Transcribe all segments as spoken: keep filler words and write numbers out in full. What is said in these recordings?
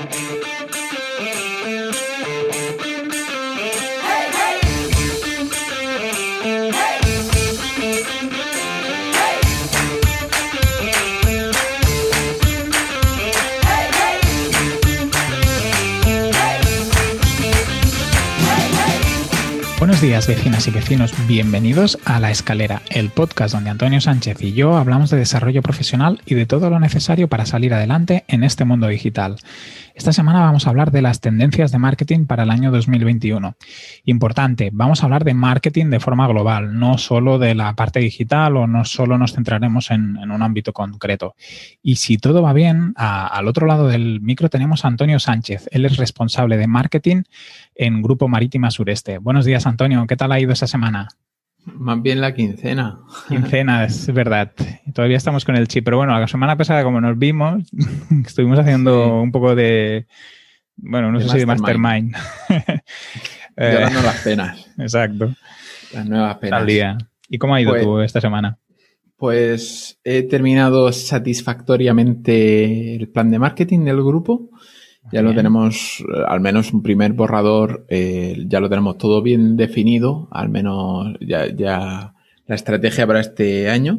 Buenos días, vecinas y vecinos. Bienvenidos a La Escalera, el podcast donde Antonio Sánchez y yo hablamos de desarrollo profesional y de todo lo necesario para salir adelante en este mundo digital. Esta semana vamos a hablar de las tendencias de marketing para el año dos mil veintiuno. Importante, vamos a hablar de marketing de forma global, no solo de la parte digital o no solo nos centraremos en, en un ámbito concreto. Y si todo va bien, a, al otro lado del micro tenemos a Antonio Sánchez. Él es responsable de marketing en Grupo Marítima Sureste. Buenos días, Antonio. ¿Qué tal ha ido esa semana? Más bien la quincena. Quincena, es verdad. Todavía estamos con el chip. Pero bueno, la semana pasada, como nos vimos, estuvimos haciendo sí. un poco de... Bueno, no de sé si de mastermind. Llorando las penas. Exacto. Las nuevas penas. Al día. ¿Y cómo ha ido pues, tú esta semana? Pues he terminado satisfactoriamente el plan de marketing del grupo. Ya bien. Lo tenemos, al menos un primer borrador, eh, ya lo tenemos todo bien definido, al menos ya, ya la estrategia para este año.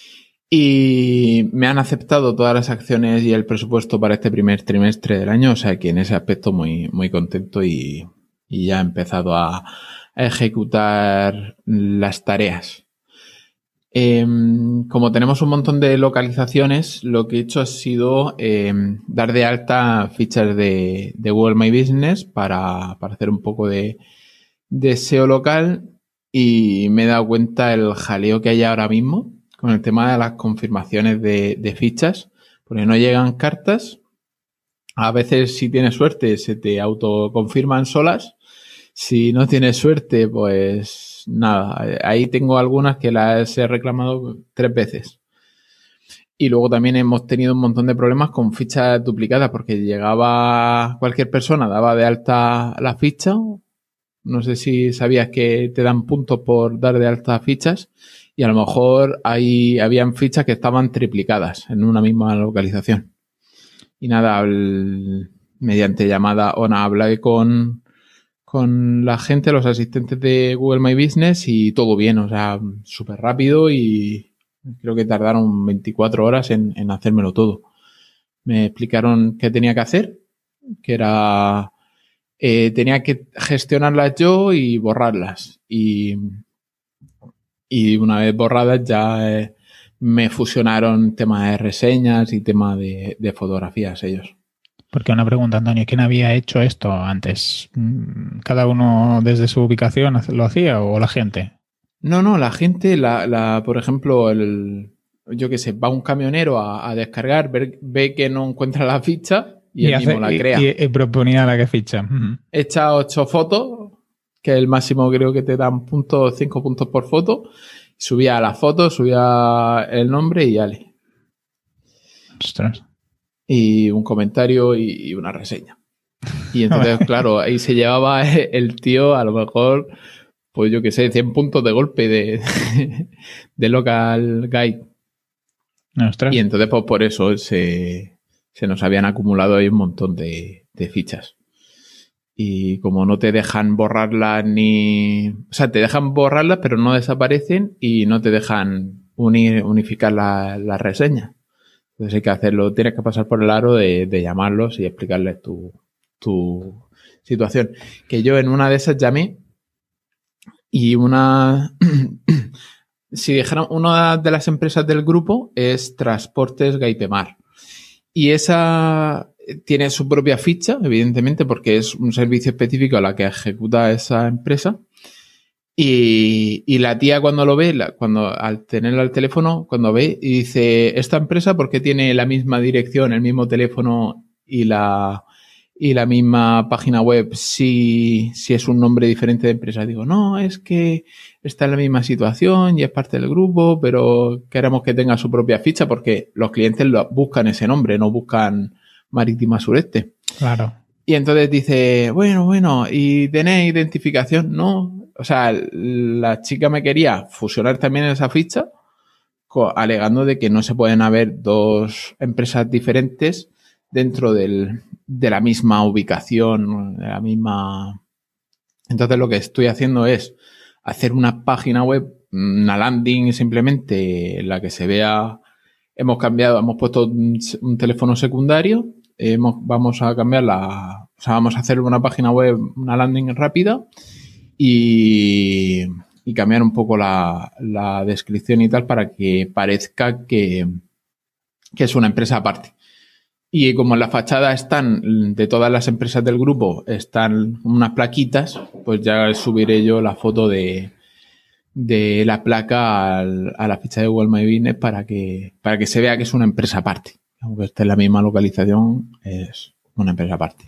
Y me han aceptado todas las acciones y el presupuesto para este primer trimestre del año, o sea que en ese aspecto muy, muy contento y, y ya he empezado a, a ejecutar las tareas. Eh, como tenemos un montón de localizaciones, lo que he hecho ha sido eh, dar de alta fichas de, de Google My Business para, para hacer un poco de, de S E O local y me he dado cuenta el jaleo que hay ahora mismo con el tema de las confirmaciones de, de fichas, porque no llegan cartas. A veces, si tienes suerte, se te autoconfirman solas. Si no tienes suerte, pues nada, ahí tengo algunas que las he reclamado tres veces. Y luego también hemos tenido un montón de problemas con fichas duplicadas porque llegaba cualquier persona, daba de alta la ficha. No sé si sabías que te dan puntos por dar de alta fichas y a lo mejor ahí habían fichas que estaban triplicadas en una misma localización. Y nada, el, mediante llamada o nada, hablé con... con la gente, los asistentes de Google My Business y todo bien, o sea, súper rápido y creo que tardaron veinticuatro horas en, en hacérmelo todo. Me explicaron qué tenía que hacer, que era, eh, tenía que gestionarlas yo y borrarlas. Y, y una vez borradas ya eh, me fusionaron temas de reseñas y temas de, de fotografías ellos. Porque una pregunta, Antonio, ¿quién había hecho esto antes? ¿Cada uno desde su ubicación lo hacía o la gente? No, no, la gente, la, la, por ejemplo, el, yo qué sé, va un camionero a, a descargar, ve, ve que no encuentra la ficha y, y él hace, mismo la crea. Y, y proponía la que ficha. Uh-huh. Echa ocho fotos, que el máximo creo que te dan puntos, cinco puntos por foto. Subía la foto, subía el nombre y ale. Ostras. Y un comentario y una reseña. Y entonces, claro, ahí se llevaba el tío a lo mejor, pues yo qué sé, cien puntos de golpe de, de local guide. Ostras. Y entonces, pues por eso se, se nos habían acumulado ahí un montón de, de fichas. Y como no te dejan borrarlas ni... O sea, te dejan borrarlas, pero no desaparecen y no te dejan unir, unificar las la reseñas. Entonces hay que hacerlo, tienes que pasar por el aro de, de llamarlos y explicarles tu, tu situación. Que yo en una de esas llamé y una... si dijeran, una de las empresas del grupo es Transportes Gaipemar. Y esa tiene su propia ficha, evidentemente, porque es un servicio específico a la que ejecuta esa empresa. Y, y la tía cuando lo ve, la, cuando al tenerlo al teléfono, cuando ve y dice, esta empresa, ¿por qué tiene la misma dirección, el mismo teléfono y la, y la misma página web si, si es un nombre diferente de empresa? Digo, no, es que está en la misma situación y es parte del grupo, pero queremos que tenga su propia ficha porque los clientes lo, buscan ese nombre, no buscan Marítima Sureste. Claro. Y entonces dice, bueno, bueno, ¿y tenéis identificación? No. O sea, la chica me quería fusionar también esa ficha, alegando de que no se pueden haber dos empresas diferentes dentro del, de la misma ubicación, de la misma... Entonces lo que estoy haciendo es hacer una página web, una landing simplemente en la que se vea, hemos cambiado, hemos puesto un, un teléfono secundario, hemos, vamos a cambiar la, o sea, vamos a hacer una página web, una landing rápida y, y cambiar un poco la, la descripción y tal para que parezca que, que es una empresa aparte. Y como en la fachada están, de todas las empresas del grupo, están unas plaquitas, pues ya subiré yo la foto de, de la placa al, a la ficha de Google My Business para que, para que se vea que es una empresa aparte. Aunque esté en la misma localización, es una empresa aparte.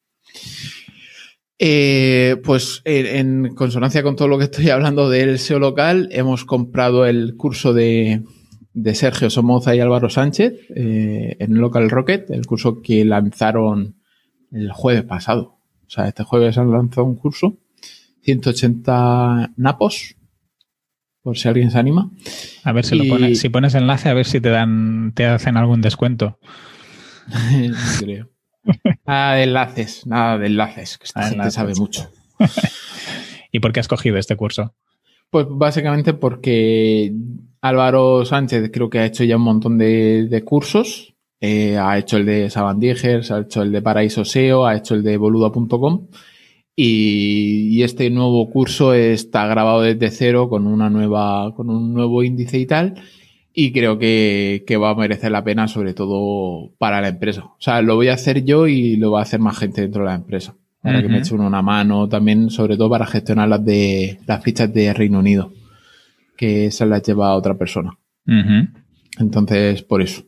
Eh, pues en, en consonancia con todo lo que estoy hablando del S E O local, hemos comprado el curso de... de Sergio Somoza y Álvaro Sánchez eh, en Local Rocket, el curso que lanzaron el jueves pasado. O sea, este jueves han lanzado un curso, ciento ochenta napos, por si alguien se anima. A ver si y... lo pones, si pones enlace, a ver si te dan, te hacen algún descuento. No creo. Nada de enlaces, nada de enlaces, que esta ah, gente enlaces. sabe mucho. ¿Y por qué has cogido este curso? Pues básicamente porque Álvaro Sánchez creo que ha hecho ya un montón de, de cursos. Eh, ha hecho el de Sabandijers, ha hecho el de Paraíso S E O, ha hecho el de boluda punto com y, y este nuevo curso está grabado desde cero con una nueva, con un nuevo índice y tal. Y creo que, que va a merecer la pena, sobre todo para la empresa. O sea, lo voy a hacer yo y lo va a hacer más gente dentro de la empresa. Para uh-huh. que me eche uno una mano también, sobre todo para gestionar las de las fichas de Reino Unido, que esas las lleva otra persona. Uh-huh. Entonces, por eso.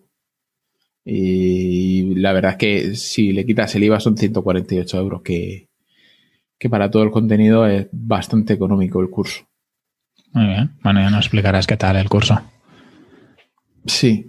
Y la verdad es que si le quitas el I V A son ciento cuarenta y ocho euros, que, que para todo el contenido es bastante económico el curso. Muy bien. Bueno, ya nos explicarás qué tal el curso. Sí.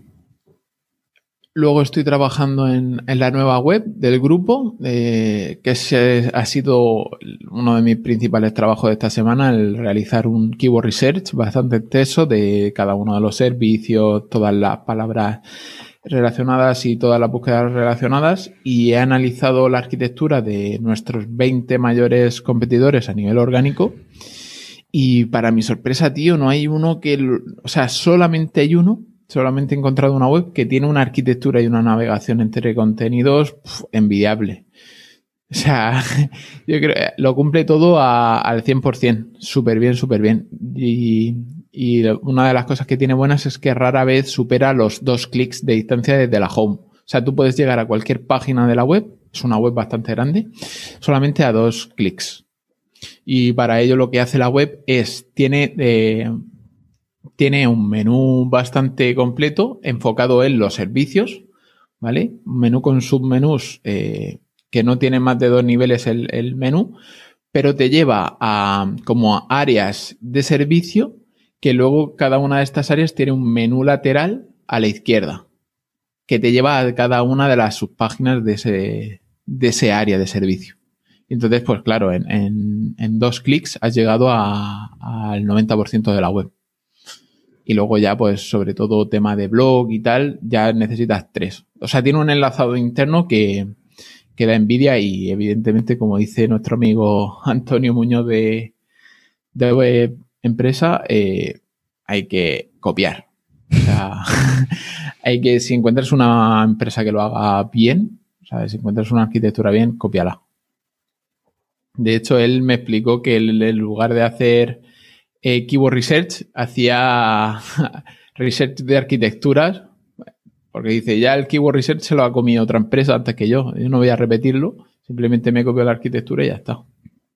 Luego estoy trabajando en, en la nueva web del grupo, eh, que es, ha sido uno de mis principales trabajos de esta semana, el realizar un keyword research bastante extenso de cada uno de los servicios, todas las palabras relacionadas y todas las búsquedas relacionadas, y he analizado la arquitectura de nuestros veinte mayores competidores a nivel orgánico. Y para mi sorpresa, tío, no hay uno que... O sea, solamente hay uno, solamente he encontrado una web que tiene una arquitectura y una navegación entre contenidos pf, envidiable. O sea, yo creo que lo cumple todo a, al cien por ciento. Súper bien, súper bien. Y, y una de las cosas que tiene buenas es que rara vez supera los dos clics de distancia desde la home. O sea, tú puedes llegar a cualquier página de la web, es una web bastante grande, solamente a dos clics. Y para ello lo que hace la web es, tiene, eh, tiene un menú bastante completo enfocado en los servicios, ¿vale? Un menú con submenús eh, que no tiene más de dos niveles el, el menú, pero te lleva a como a áreas de servicio que luego cada una de estas áreas tiene un menú lateral a la izquierda que te lleva a cada una de las subpáginas de ese, de ese área de servicio. Entonces, pues claro, en, en, en dos clics has llegado al noventa por ciento de la web. Y luego ya, pues, sobre todo tema de blog y tal, ya necesitas tres. O sea, tiene un enlazado interno que, que da envidia y, evidentemente, como dice nuestro amigo Antonio Muñoz de, de Web Empresa, eh, hay que copiar. O sea, hay que, si encuentras una empresa que lo haga bien, o sea, si encuentras una arquitectura bien, cópiala. De hecho, él me explicó que él, en lugar de hacer eh, keyword research, hacía research de arquitecturas, porque dice, ya el keyword research se lo ha comido otra empresa antes que yo. Yo no voy a repetirlo, simplemente me copio la arquitectura y ya está.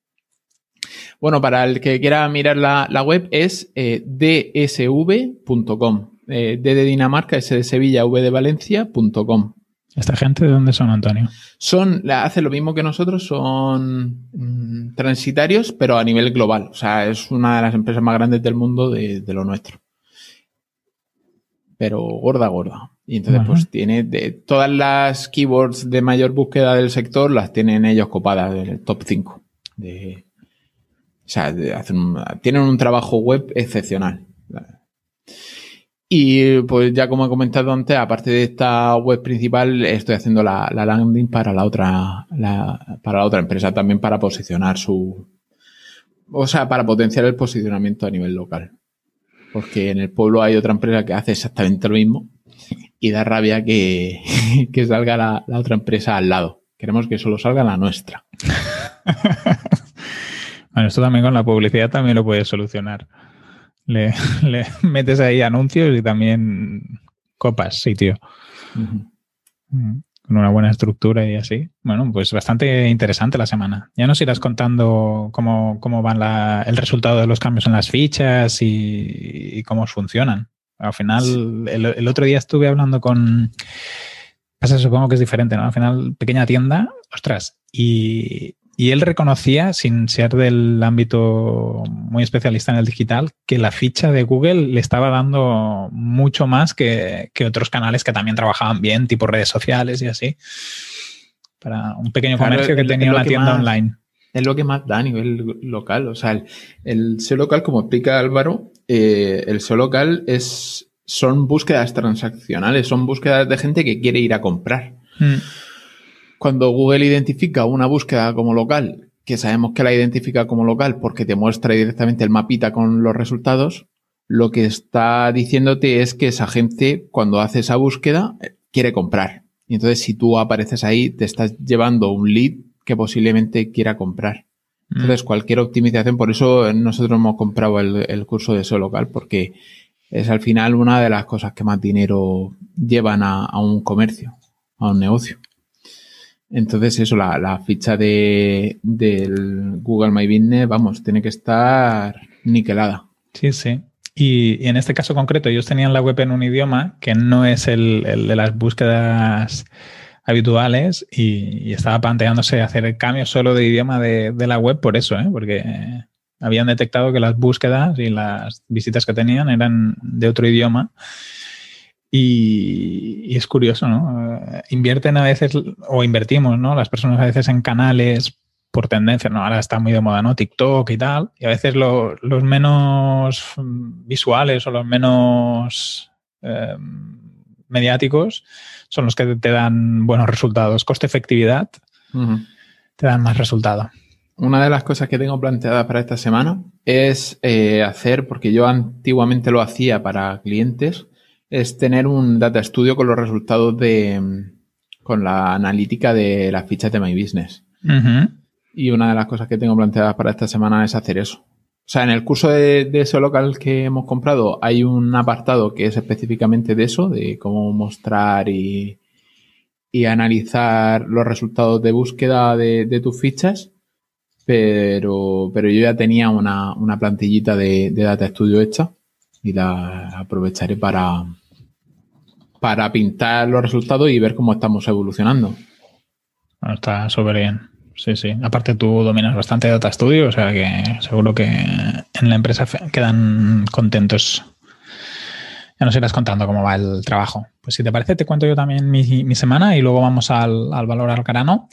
Bueno, para el que quiera mirar la, la web es eh, d s v punto com. Eh, D de Dinamarca, S de Sevilla, V de Valencia punto com. ¿Esta gente de dónde son, Antonio? Son, hacen lo mismo que nosotros, son mmm, transitarios, pero a nivel global. O sea, es una de las empresas más grandes del mundo de, de lo nuestro. Pero gorda, gorda. Y entonces, uh-huh. pues tiene de, todas las keywords de mayor búsqueda del sector, las tienen ellos copadas en el top cinco. De, o sea, de, hacen un, tienen un trabajo web excepcional. Y pues ya como he comentado antes, aparte de esta web principal, estoy haciendo la, la landing para la otra, la, para la otra empresa también para posicionar su, o sea, para potenciar el posicionamiento a nivel local. Porque en el pueblo hay otra empresa que hace exactamente lo mismo y da rabia que, que salga la, la otra empresa al lado. Queremos que solo salga la nuestra. Bueno, esto también con la publicidad también lo puedes solucionar. Le, le metes ahí anuncios y también copas sitio. Uh-huh. Con una buena estructura y así. Bueno, pues bastante interesante la semana. Ya nos irás contando cómo, cómo van la, el resultado de los cambios en las fichas y, y cómo funcionan. Al final, sí. el, el otro día estuve hablando con... Pasa, supongo que es diferente, ¿no? Al final, pequeña tienda, ostras, y... Y él reconocía, sin ser del ámbito muy especialista en el digital, que la ficha de Google le estaba dando mucho más que, que otros canales que también trabajaban bien, tipo redes sociales y así, para un pequeño claro, comercio que es, tenía es una tienda más, online. Es lo que más da a nivel local. O sea, el, el S E O local, como explica Álvaro, eh, el S E O local es, son búsquedas transaccionales, son búsquedas de gente que quiere ir a comprar. Mm. Cuando Google identifica una búsqueda como local, que sabemos que la identifica como local porque te muestra directamente el mapita con los resultados, lo que está diciéndote es que esa gente, cuando hace esa búsqueda, quiere comprar. Y entonces, si tú apareces ahí, te estás llevando un lead que posiblemente quiera comprar. Entonces, cualquier optimización, por eso nosotros hemos comprado el, el curso de S E O local, porque es al final una de las cosas que más dinero llevan a, a un comercio, a un negocio. Entonces eso, la, la ficha de del Google My Business, vamos, tiene que estar niquelada. Sí, sí. Y, y en este caso concreto, ellos tenían la web en un idioma que no es el, el de las búsquedas habituales y, y estaba planteándose hacer el cambio solo de idioma de, de la web por eso, ¿eh? Porque habían detectado que las búsquedas y las visitas que tenían eran de otro idioma. Y, y es curioso, ¿no? Invierten a veces, o invertimos, ¿no? Las personas a veces en canales por tendencia, ¿no? Ahora está muy de moda, ¿no? TikTok y tal. Y a veces lo, los menos visuales o los menos eh, mediáticos son los que te dan buenos resultados. Coste-efectividad uh-huh. te dan más resultado. Una de las cosas que tengo planteadas para esta semana es eh, hacer, porque yo antiguamente lo hacía para clientes, es tener un data studio con los resultados de, con la analítica de las fichas de My Business. Uh-huh. Y una de las cosas que tengo planteadas para esta semana es hacer eso. O sea, en el curso de, de S E O local que hemos comprado hay un apartado que es específicamente de eso, de cómo mostrar y, y analizar los resultados de búsqueda de, de tus fichas, pero, pero yo ya tenía una, una plantillita de, de data studio hecha. Y la aprovecharé para, para pintar los resultados y ver cómo estamos evolucionando. Bueno, está súper bien. Sí, sí. Aparte tú dominas bastante Data Studio, o sea que seguro que en la empresa quedan contentos. Ya nos irás contando cómo va el trabajo. Pues si te parece, te cuento yo también mi, mi semana y luego vamos al, al valor al grano.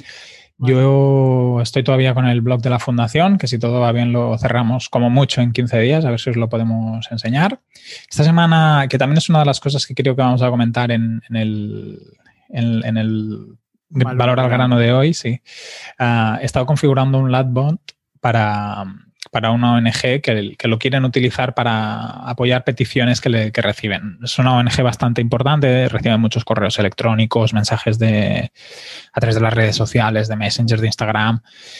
Yo estoy todavía con el blog de la fundación, que si todo va bien lo cerramos como mucho en quince días, a ver si os lo podemos enseñar. Esta semana, que también es una de las cosas que creo que vamos a comentar en, en el, en, en el valor, valor al grano de hoy, sí. Uh, he estado configurando un Ladbot para, para una O N G que, que lo quieren utilizar para apoyar peticiones que, le, que reciben. Es una O N G bastante importante, reciben muchos correos electrónicos, mensajes de, a través de las redes sociales, de Messenger, de Instagram,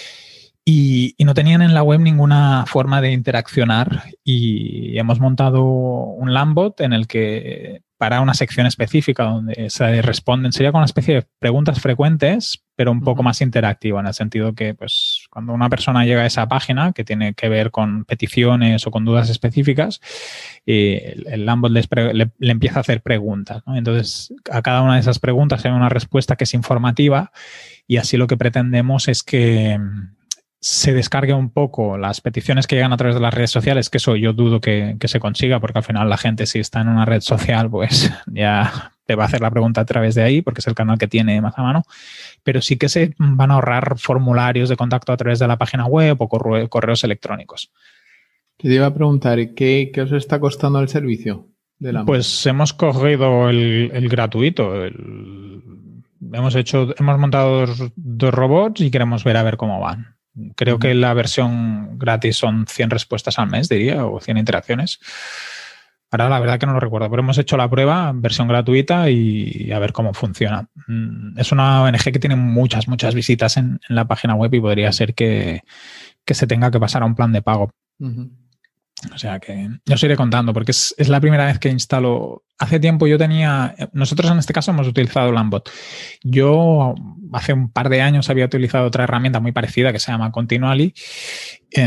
y, y no tenían en la web ninguna forma de interaccionar y hemos montado un Lambot en el que para una sección específica donde se responden, sería con una especie de preguntas frecuentes, pero un poco uh-huh. más interactivo, en el sentido que pues cuando una persona llega a esa página que tiene que ver con peticiones o con dudas específicas, eh, el, el Lambot les pre, le, le empieza a hacer preguntas, ¿no? Entonces, a cada una de esas preguntas hay una respuesta que es informativa y así lo que pretendemos es que se descargue un poco las peticiones que llegan a través de las redes sociales, que eso yo dudo que, que se consiga, porque al final la gente, si está en una red social, pues ya te va a hacer la pregunta a través de ahí, porque es el canal que tiene más a mano, pero sí que se van a ahorrar formularios de contacto a través de la página web o corre- correos electrónicos. Te iba a preguntar, ¿qué, qué os está costando el servicio? de la... Pues hemos cogido el, el gratuito. El, hemos hecho, hemos montado dos, dos robots y queremos ver a ver cómo van. Creo uh-huh. que la versión gratis son cien respuestas al mes, diría, o cien interacciones. Ahora la verdad que no lo recuerdo, pero hemos hecho la prueba, versión gratuita, y a ver cómo funciona. Es una O N G que tiene muchas, muchas visitas en, en la página web y podría ser que, que se tenga que pasar a un plan de pago. Uh-huh. O sea que yo os iré contando, porque es, es la primera vez que instalo. Hace tiempo yo tenía, nosotros en este caso hemos utilizado Lambot. Yo hace un par de años había utilizado otra herramienta muy parecida que se llama Continually. Eh,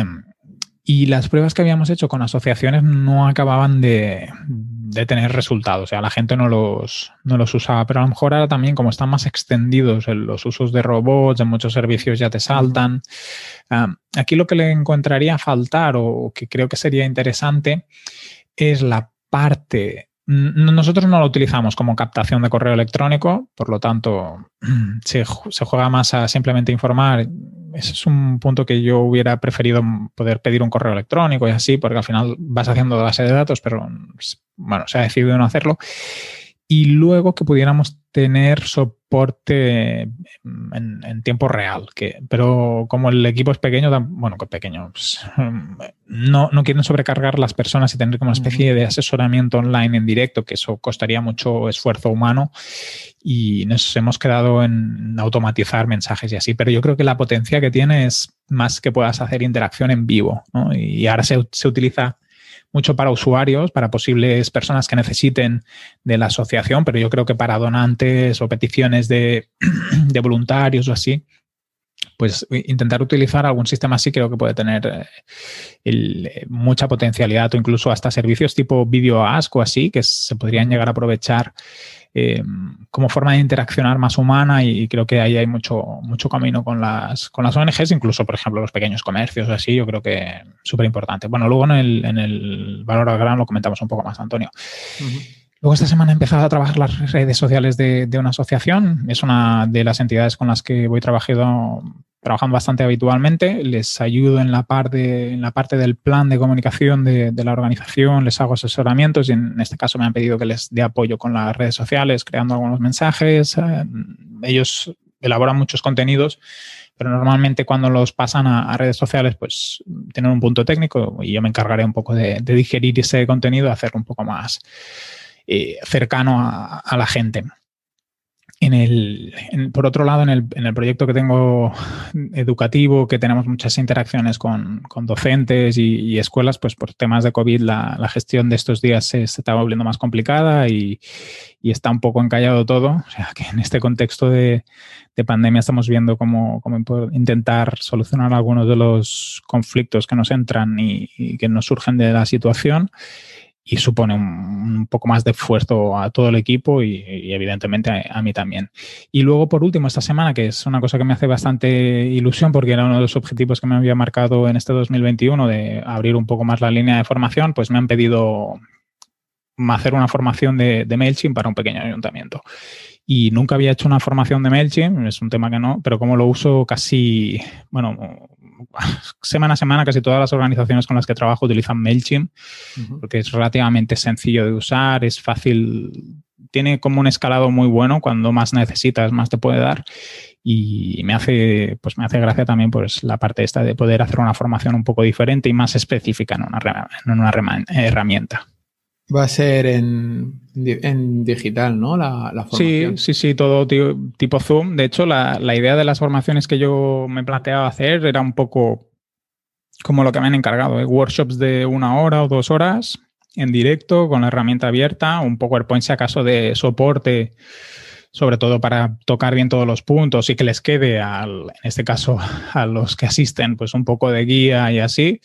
Y las pruebas que habíamos hecho con asociaciones no acababan de, de tener resultados. O sea, la gente no los, no los usaba. Pero a lo mejor ahora también, como están más extendidos en los usos de robots, en muchos servicios ya te saltan. Uh, aquí lo que le encontraría a faltar, o que creo que sería interesante, es la parte... Nosotros no lo utilizamos como captación de correo electrónico, por lo tanto, se, se juega más a simplemente informar. Ese es un punto que yo hubiera preferido, poder pedir un correo electrónico y así, porque al final vas haciendo base de datos, pero bueno, se ha decidido no hacerlo. Y luego que pudiéramos tener soporte en, en tiempo real. Que, pero como el equipo es pequeño, bueno, que pequeño, pues, no, no quieren sobrecargar las personas y tener como una especie de asesoramiento online en directo, que eso costaría mucho esfuerzo humano. Y nos hemos quedado en automatizar mensajes y así. Pero yo creo que la potencia que tiene es más que puedas hacer interacción en vivo, ¿no? Y ahora se, se utiliza mucho para usuarios, para posibles personas que necesiten de la asociación, pero yo creo que para donantes o peticiones de, de voluntarios o así, pues intentar utilizar algún sistema así creo que puede tener el, mucha potencialidad, o incluso hasta servicios tipo Video Ask o así, que se podrían llegar a aprovechar eh, como forma de interaccionar más humana, y creo que ahí hay mucho, mucho camino con las, con las O N Ges, incluso, por ejemplo, los pequeños comercios o así, yo creo que súper importante. Bueno, luego en el, en el Valor al Grano lo comentamos un poco más, Antonio. Uh-huh. Luego esta semana he empezado a trabajar las redes sociales de, de una asociación. Es una de las entidades con las que voy trabajando, trabajando bastante habitualmente. Les ayudo en la parte, en la parte del plan de comunicación de, de la organización, les hago asesoramientos y en este caso me han pedido que les dé apoyo con las redes sociales, creando algunos mensajes. Eh, ellos elaboran muchos contenidos, pero normalmente cuando los pasan a, a redes sociales pues tienen un punto técnico y yo me encargaré un poco de, de digerir ese contenido, hacerlo un poco más Eh, cercano a, a la gente. En el, en, por otro lado, en el, en el proyecto que tengo educativo, que tenemos muchas interacciones con, con docentes y, y escuelas, pues por temas de COVID la, la gestión de estos días se, se está volviendo más complicada y, y está un poco encallado todo. O sea que en este contexto de, de pandemia estamos viendo cómo, cómo intentar solucionar algunos de los conflictos que nos entran y, y que nos surgen de la situación. Y supone un, un poco más de esfuerzo a todo el equipo y, y evidentemente a, a mí también. Y luego, por último, esta semana, que es una cosa que me hace bastante ilusión porque era uno de los objetivos que me había marcado en este dos mil veintiuno de abrir un poco más la línea de formación, pues me han pedido hacer una formación de, de MailChimp para un pequeño ayuntamiento. Y nunca había hecho una formación de MailChimp, es un tema que no, pero como lo uso casi, bueno, semana a semana, casi todas las organizaciones con las que trabajo utilizan MailChimp, uh-huh. porque es relativamente sencillo de usar, es fácil, tiene como un escalado muy bueno, cuando más necesitas, más te puede dar. Y me hace, pues me hace gracia también pues, la parte esta de poder hacer una formación un poco diferente y más específica en una, en una herramienta. Va a ser en, en digital, ¿no? La, la formación. Sí, sí, sí, todo tío, tipo Zoom. De hecho, la, la idea de las formaciones que yo me planteaba hacer era un poco como lo que me han encargado, ¿eh? Workshops de una hora o dos horas en directo, con la herramienta abierta, un PowerPoint si acaso de soporte, sobre todo para tocar bien todos los puntos y que les quede, al, en este caso, a los que asisten, pues un poco de guía y así.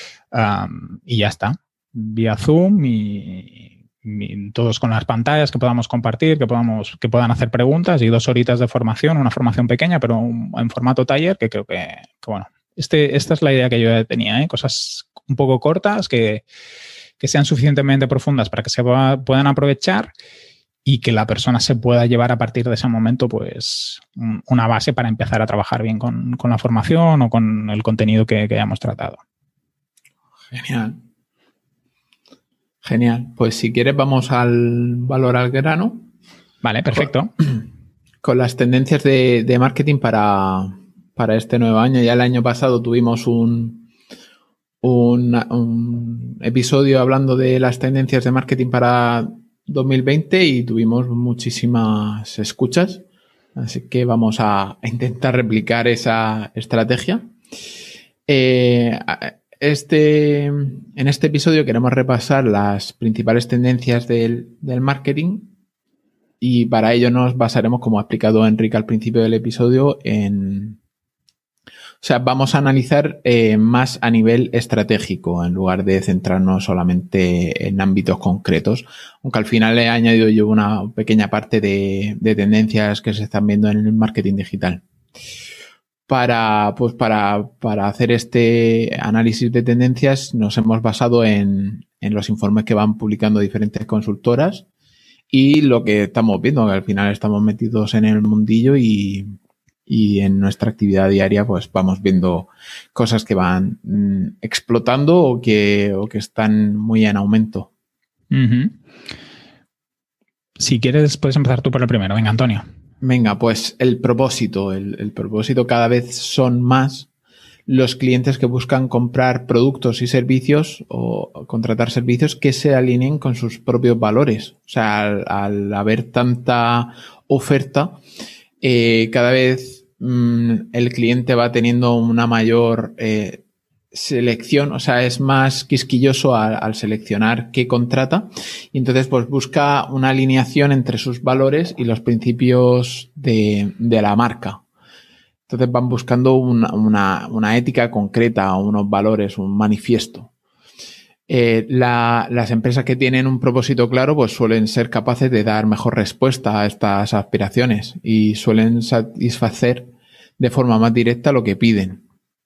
Um, y ya está. Vía Zoom y, y todos con las pantallas que podamos compartir, que podamos que puedan hacer preguntas y dos horitas de formación, una formación pequeña, pero un, en formato taller, que creo que, que bueno, este, esta es la idea que yo tenía, ¿eh? Cosas un poco cortas que, que sean suficientemente profundas para que se va, puedan aprovechar y que la persona se pueda llevar a partir de ese momento pues una base para empezar a trabajar bien con, con la formación o con el contenido que, que hayamos tratado. Genial. Genial. Pues si quieres vamos al valor al grano. Vale, perfecto. Con, con las tendencias de, de marketing para, para este nuevo año. Ya el año pasado tuvimos un, un, un episodio hablando de las tendencias de marketing para dos mil veinte y tuvimos muchísimas escuchas. Así que vamos a intentar replicar esa estrategia. Eh, este, en este episodio queremos repasar las principales tendencias del, del marketing y para ello nos basaremos, como ha explicado Enrique al principio del episodio, en... O sea, vamos a analizar eh, más a nivel estratégico en lugar de centrarnos solamente en ámbitos concretos, aunque al final he añadido yo una pequeña parte de, de tendencias que se están viendo en el marketing digital. Para, pues para, para hacer este análisis de tendencias nos hemos basado en, en los informes que van publicando diferentes consultoras y lo que estamos viendo, que al final estamos metidos en el mundillo y, y en nuestra actividad diaria pues vamos viendo cosas que van mmm, explotando o que, o que están muy en aumento. Uh-huh. Si quieres puedes empezar tú por el primero. Venga, Antonio. Venga, pues el propósito. El, el propósito cada vez son más los clientes que buscan comprar productos y servicios o contratar servicios que se alineen con sus propios valores. O sea, al, al haber tanta oferta, eh, cada vez mmm, el cliente va teniendo una mayor eh, selección, o sea, es más quisquilloso al, al seleccionar qué contrata y entonces pues busca una alineación entre sus valores y los principios de, de la marca. Entonces van buscando una, una, una ética concreta, unos valores, un manifiesto. Eh, la, las empresas que tienen un propósito claro pues suelen ser capaces de dar mejor respuesta a estas aspiraciones y suelen satisfacer de forma más directa lo que piden.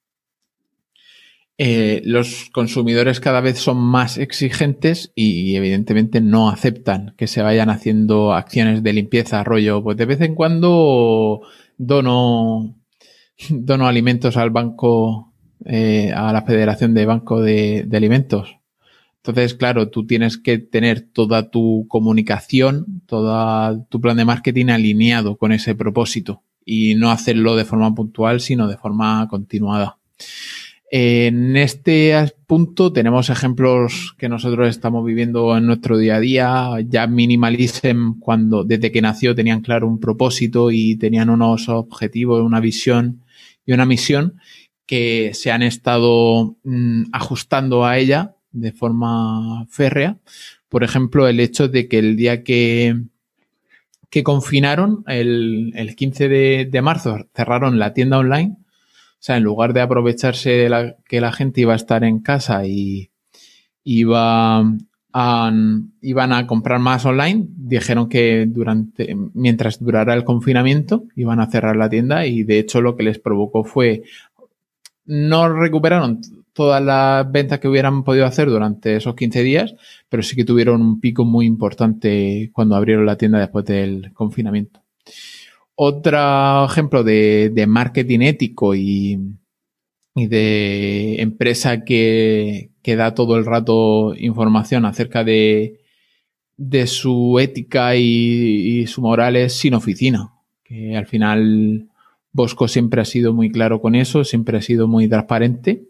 Eh, los consumidores cada vez son más exigentes y evidentemente no aceptan que se vayan haciendo acciones de limpieza, rollo, pues de vez en cuando dono, dono alimentos al banco, eh, a la Federación de Banco de, de Alimentos. Entonces, claro, tú tienes que tener toda tu comunicación, todo tu plan de marketing alineado con ese propósito y no hacerlo de forma puntual, sino de forma continuada. En este punto tenemos ejemplos que nosotros estamos viviendo en nuestro día a día. Ya Minimalism, cuando desde que nació tenían claro un propósito y tenían unos objetivos, una visión y una misión que se han estado mmm, ajustando a ella de forma férrea. Por ejemplo, el hecho de que el día que, que confinaron, el, el quince de, de marzo, cerraron la tienda online. O sea, en lugar de aprovecharse de la, que la gente iba a estar en casa y iba a, iban a comprar más online, dijeron que durante mientras durara el confinamiento iban a cerrar la tienda y de hecho lo que les provocó fue no recuperaron todas las ventas que hubieran podido hacer durante esos quince días, pero sí que tuvieron un pico muy importante cuando abrieron la tienda después del confinamiento. Otro ejemplo de, de marketing ético y, y de empresa que, que da todo el rato información acerca de, de su ética y, y su moral es Sin Oficina, que al final Bosco siempre ha sido muy claro con eso, siempre ha sido muy transparente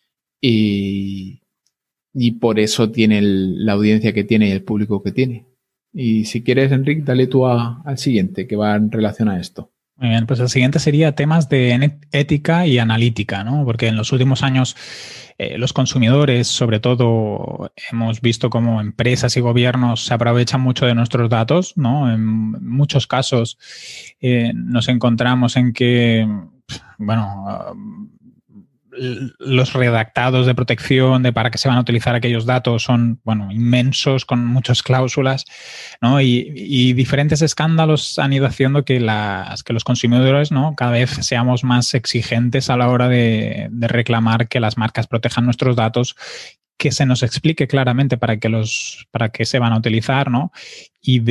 y, y por eso tiene el, la audiencia que tiene y el público que tiene. Y si quieres, Enrique, dale tú a, al siguiente que va en relación a esto. Muy bien, pues el siguiente sería temas de ética y analítica, ¿no? Porque en los últimos años eh, los consumidores, sobre todo, hemos visto cómo empresas y gobiernos se aprovechan mucho de nuestros datos, ¿no? En muchos casos eh, nos encontramos en que, bueno, uh, los redactados de protección de para qué se van a utilizar aquellos datos son, bueno, inmensos, con muchas cláusulas, ¿no? Y, y diferentes escándalos han ido haciendo que, las, que los consumidores, ¿no?, cada vez seamos más exigentes a la hora de, de reclamar que las marcas protejan nuestros datos, que se nos explique claramente para qué, los, para qué se van a utilizar, ¿no? Y de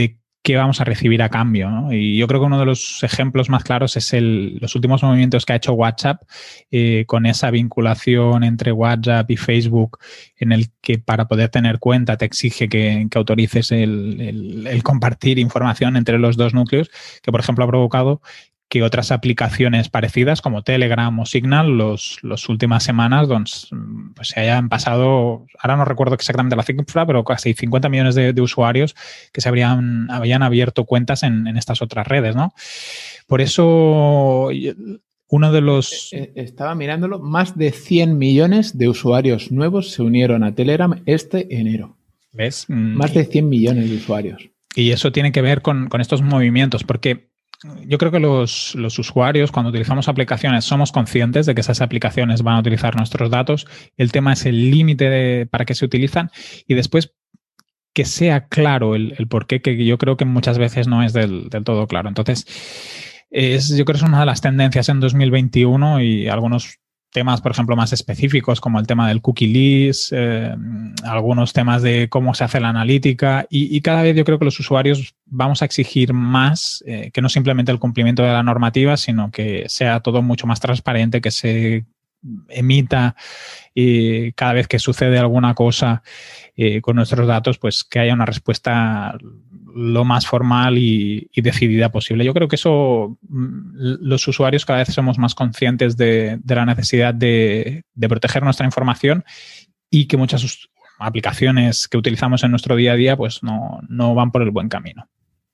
qué vamos a recibir a cambio, ¿no? Y yo creo que uno de los ejemplos más claros es el, los últimos movimientos que ha hecho WhatsApp eh, con esa vinculación entre WhatsApp y Facebook, en el que para poder tener cuenta te exige que, que autorices el, el, el compartir información entre los dos núcleos, que por ejemplo ha provocado que otras aplicaciones parecidas como Telegram o Signal los, los últimas semanas pues, se hayan pasado, ahora no recuerdo exactamente la cifra, pero casi cincuenta millones de, de usuarios que se habrían, habían abierto cuentas en, en estas otras redes, ¿no? Por eso uno de los... Estaba mirándolo, más de cien millones de usuarios nuevos se unieron a Telegram este enero. ¿Ves? Más de cien millones de usuarios. Y eso tiene que ver con, con estos movimientos, porque yo creo que los, los usuarios, cuando utilizamos aplicaciones, somos conscientes de que esas aplicaciones van a utilizar nuestros datos. El tema es el límite para qué se utilizan y después que sea claro el, el por qué, que yo creo que muchas veces no es del, del todo claro. Entonces, es, yo creo que es una de las tendencias en dos mil veintiuno y algunos temas, por ejemplo, más específicos como el tema del cookie list, eh, algunos temas de cómo se hace la analítica y, y cada vez yo creo que los usuarios vamos a exigir más eh, que no simplemente el cumplimiento de la normativa, sino que sea todo mucho más transparente, que se emita y cada vez que sucede alguna cosa eh, con nuestros datos, pues que haya una respuesta lo más formal y, y decidida posible. Yo creo que eso, los usuarios cada vez somos más conscientes de, de la necesidad de, de proteger nuestra información y que muchas aplicaciones que utilizamos en nuestro día a día pues no, no van por el buen camino.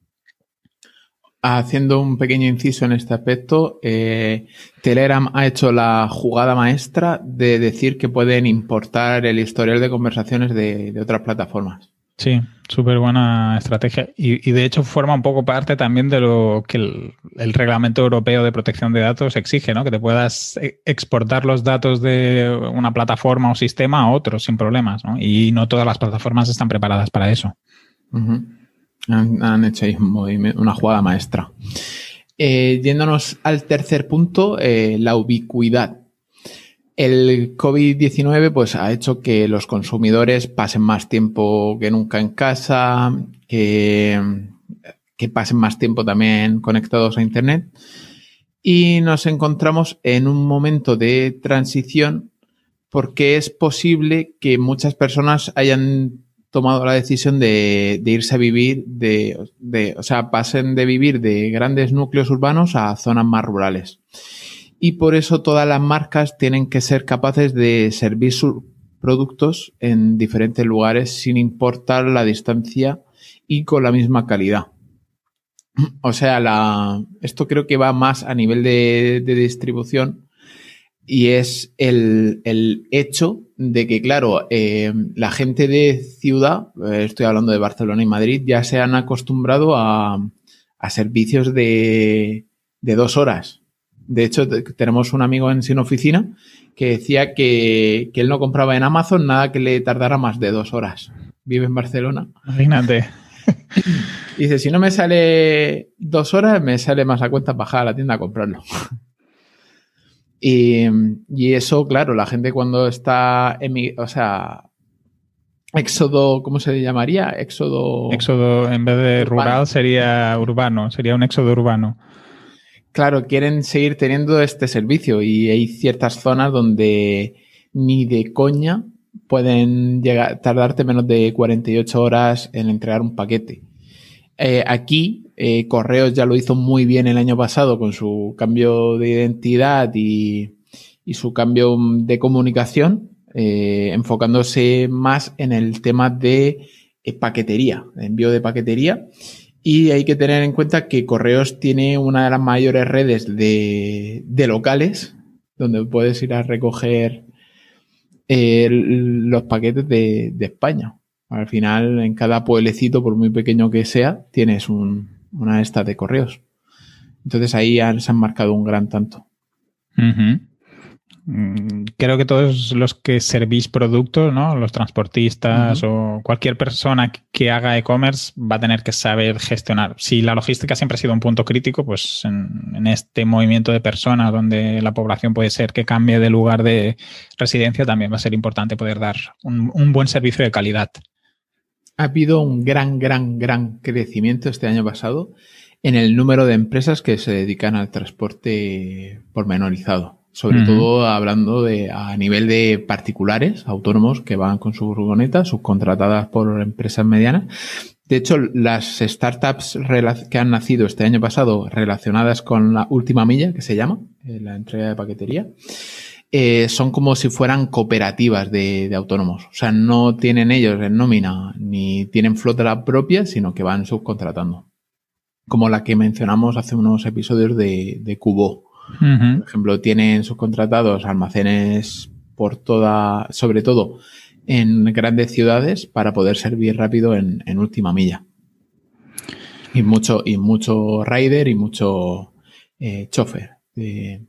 Haciendo un pequeño inciso en este aspecto, eh, Telegram ha hecho la jugada maestra de decir que pueden importar el historial de conversaciones de, de otras plataformas. Sí, súper buena estrategia y, y de hecho forma un poco parte también de lo que el, el Reglamento Europeo de Protección de Datos exige, ¿no? Que te puedas exportar los datos de una plataforma o sistema a otros sin problemas, ¿no? Y no todas las plataformas están preparadas para eso. Uh-huh. Han, han hecho ahí una jugada maestra. Eh, yéndonos al tercer punto, eh, la ubicuidad. El COVID diecinueve pues, ha hecho que los consumidores pasen más tiempo que nunca en casa, que, que pasen más tiempo también conectados a Internet y nos encontramos en un momento de transición porque es posible que muchas personas hayan tomado la decisión de, de irse a vivir, de, de, o sea, pasen de vivir de grandes núcleos urbanos a zonas más rurales. Y por eso todas las marcas tienen que ser capaces de servir sus productos en diferentes lugares sin importar la distancia y con la misma calidad. O sea, la, esto creo que va más a nivel de, de distribución y es el, el hecho de que, claro, eh, la gente de ciudad, eh, estoy hablando de Barcelona y Madrid, ya se han acostumbrado a, a servicios de, de dos horas. De hecho, tenemos un amigo en Sin Oficina que decía que, que él no compraba en Amazon nada que le tardara más de dos horas. Vive en Barcelona. Imagínate. Y dice, si no me sale dos horas, me sale más a cuenta bajar a la tienda a comprarlo. y, y eso, claro, la gente cuando está, en mi, o sea, éxodo, ¿cómo se llamaría? Éxodo... Éxodo, en vez de urbano. Rural, sería urbano, sería un éxodo urbano. Claro, quieren seguir teniendo este servicio y hay ciertas zonas donde ni de coña pueden llegar, tardarte menos de cuarenta y ocho horas en entregar un paquete. Eh, aquí, eh, Correos ya lo hizo muy bien el año pasado con su cambio de identidad y, y su cambio de comunicación, eh, enfocándose más en el tema de eh, paquetería, de envío de paquetería. Y hay que tener en cuenta que Correos tiene una de las mayores redes de, de locales donde puedes ir a recoger eh, los paquetes de, de España. Al final, en cada pueblecito, por muy pequeño que sea, tienes un, una de estas de Correos. Entonces ahí han, se han marcado un gran tanto. Uh-huh. Creo que todos los que servís productos, ¿no? Los transportistas uh-huh. o cualquier persona que haga e-commerce va a tener que saber gestionar. Si la logística siempre ha sido un punto crítico, pues en, en este movimiento de personas donde la población puede ser que cambie de lugar de residencia, también va a ser importante poder dar un, un buen servicio de calidad. ha habido un gran, gran, gran crecimiento este año pasado en el número de empresas que se dedican al transporte pormenorizado. Sobre uh-huh. todo hablando de a nivel de particulares, autónomos que van con su furgoneta, subcontratadas por empresas medianas. De hecho, las startups que han nacido este año pasado relacionadas con la última milla, que se llama, la entrega de paquetería, eh, son como si fueran cooperativas de, de autónomos. O sea, no tienen ellos en nómina ni tienen flota propia, sino que van subcontratando. Como la que mencionamos hace unos episodios de, de Cubo. Uh-huh. Por ejemplo, tienen subcontratados almacenes por toda, sobre todo en grandes ciudades para poder servir rápido en, en última milla. Y mucho, y mucho rider y mucho eh, chofer de,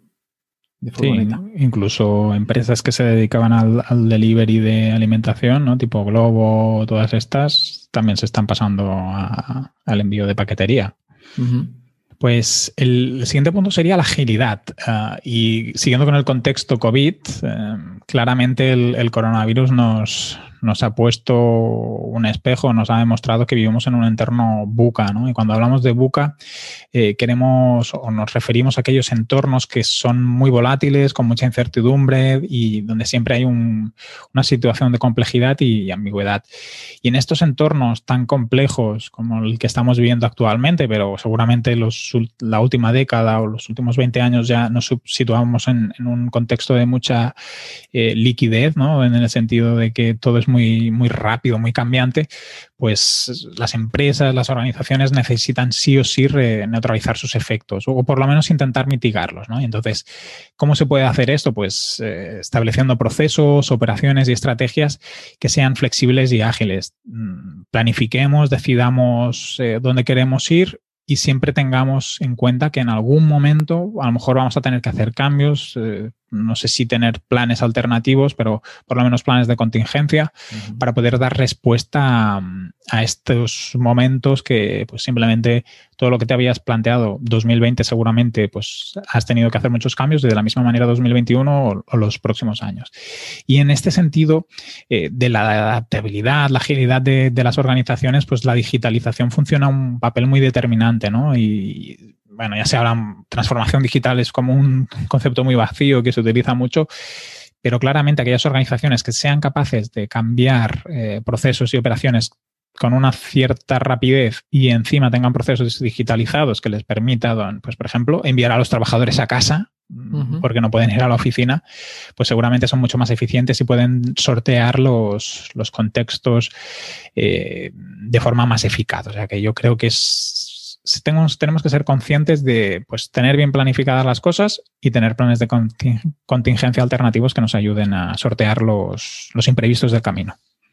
de furgoneta. Sí, incluso empresas que se dedicaban al, al delivery de alimentación, ¿no? Tipo Globo, todas estas, también se están pasando a, al envío de paquetería. Uh-huh. Pues el siguiente punto sería la agilidad. Uh, y siguiendo con el contexto COVID, uh, claramente el, el coronavirus nos, nos ha puesto un espejo, nos ha demostrado que vivimos en un entorno VUCA, ¿no? Y cuando hablamos de VUCA, eh, queremos o nos referimos a aquellos entornos que son muy volátiles, con mucha incertidumbre y donde siempre hay un, una situación de complejidad y ambigüedad. Y en estos entornos tan complejos como el que estamos viviendo actualmente, pero seguramente los, la última década o los últimos veinte años ya nos situamos en, en un contexto de mucha eh, liquidez, ¿no? En el sentido de que todo es muy, muy rápido, muy cambiante, pues las empresas, las organizaciones necesitan sí o sí re- neutralizar sus efectos o por lo menos intentar mitigarlos, ¿no? Y entonces, ¿cómo se puede hacer esto? Pues eh, estableciendo procesos, operaciones y estrategias que sean flexibles y ágiles. Planifiquemos, decidamos eh, dónde queremos ir y siempre tengamos en cuenta que en algún momento a lo mejor vamos a tener que hacer cambios, eh, no sé si tener planes alternativos, pero por lo menos planes de contingencia uh-huh. para poder dar respuesta a, a estos momentos que pues simplemente todo lo que te habías planteado dos mil veinte seguramente pues has tenido que hacer muchos cambios, de la misma manera dos mil veintiuno o, o los próximos años. Y en este sentido eh, de la adaptabilidad, la agilidad de, de las organizaciones, pues la digitalización funciona un papel muy determinante, ¿no? Y bueno, ya se habla, transformación digital es como un concepto muy vacío que se utiliza mucho, pero claramente aquellas organizaciones que sean capaces de cambiar eh, procesos y operaciones con una cierta rapidez y encima tengan procesos digitalizados que les permitan, pues por ejemplo, enviar a los trabajadores a casa, uh-huh. porque no pueden ir a la oficina, pues seguramente son mucho más eficientes y pueden sortear los, los contextos eh, de forma más eficaz. O sea que yo creo que es Tenemos, tenemos que ser conscientes de pues, tener bien planificadas las cosas y tener planes de contingencia alternativos que nos ayuden a sortear los, los imprevistos del camino.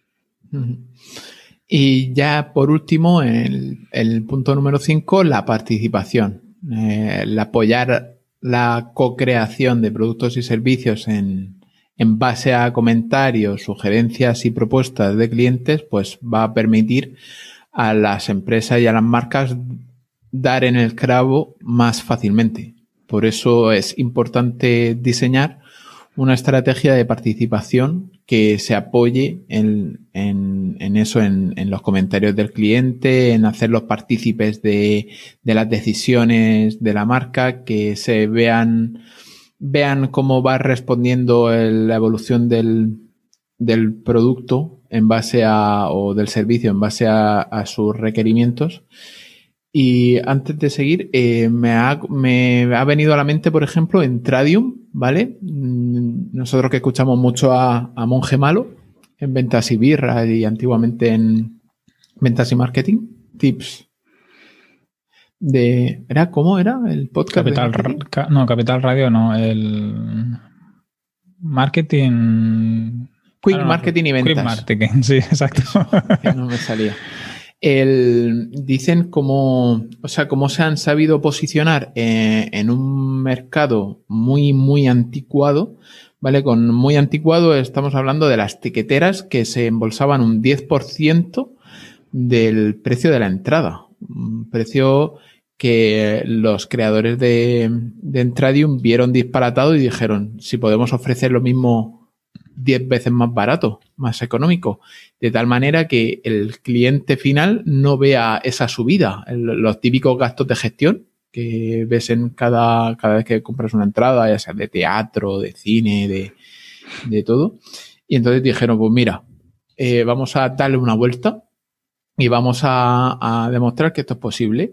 Y ya por último, el, el punto número cinco, la participación. Eh, el apoyar la co-creación de productos y servicios en, en base a comentarios, sugerencias y propuestas de clientes, pues va a permitir a las empresas y a las marcas dar en el clavo más fácilmente. Por eso es importante diseñar una estrategia de participación que se apoye en, en, en eso, en, en los comentarios del cliente, en hacerlos partícipes de, de las decisiones de la marca, que se vean, vean cómo va respondiendo el, la evolución del, del producto en base a, o del servicio en base a, a sus requerimientos. Y antes de seguir, eh, me, ha, me ha venido a la mente, por ejemplo, Entradium, ¿vale? Nosotros que escuchamos mucho a, a Monje Malo en ventas y birra y antiguamente en ventas y marketing, tips de... ¿Era cómo era el podcast? Capital, de no, Capital Radio no, el marketing... Quick ah, no, Marketing y Ventas. Quick Marketing, sí, exacto. Que no me salía. El, dicen cómo, o sea, cómo se han sabido posicionar eh, en un mercado muy, muy anticuado, ¿vale? Con muy anticuado estamos hablando de las tiqueteras que se embolsaban un diez por ciento del precio de la entrada. Un precio que los creadores de, de Entradium vieron disparatado y dijeron, si podemos ofrecer lo mismo diez veces más barato, más económico, de tal manera que el cliente final no vea esa subida, el, los típicos gastos de gestión que ves en cada, cada vez que compras una entrada, ya sea de teatro, de cine, de, de todo. Y entonces dijeron, pues mira, eh, vamos a darle una vuelta y vamos a, a demostrar que esto es posible.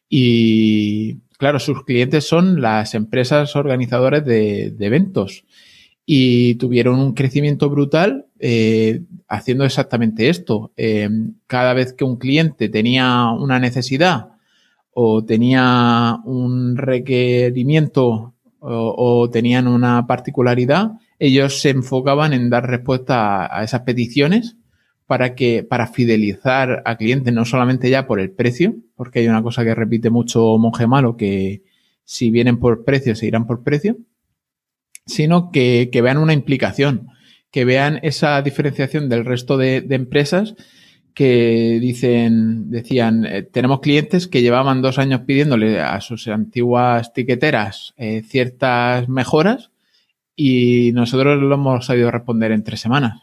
Y claro, sus clientes son las empresas organizadoras de, de eventos y tuvieron un crecimiento brutal eh, haciendo exactamente esto. Eh, cada vez que un cliente tenía una necesidad o tenía un requerimiento o, o tenían una particularidad, ellos se enfocaban en dar respuesta a, a esas peticiones para que, para fidelizar a clientes, no solamente ya por el precio, porque hay una cosa que repite mucho Monje Malo, que si vienen por precio, se irán por precio, sino que, que vean una implicación, que vean esa diferenciación del resto de, de empresas que dicen, decían, eh, tenemos clientes que llevaban dos años pidiéndole a sus antiguas tiqueteras eh, ciertas mejoras y nosotros lo hemos sabido responder en tres semanas.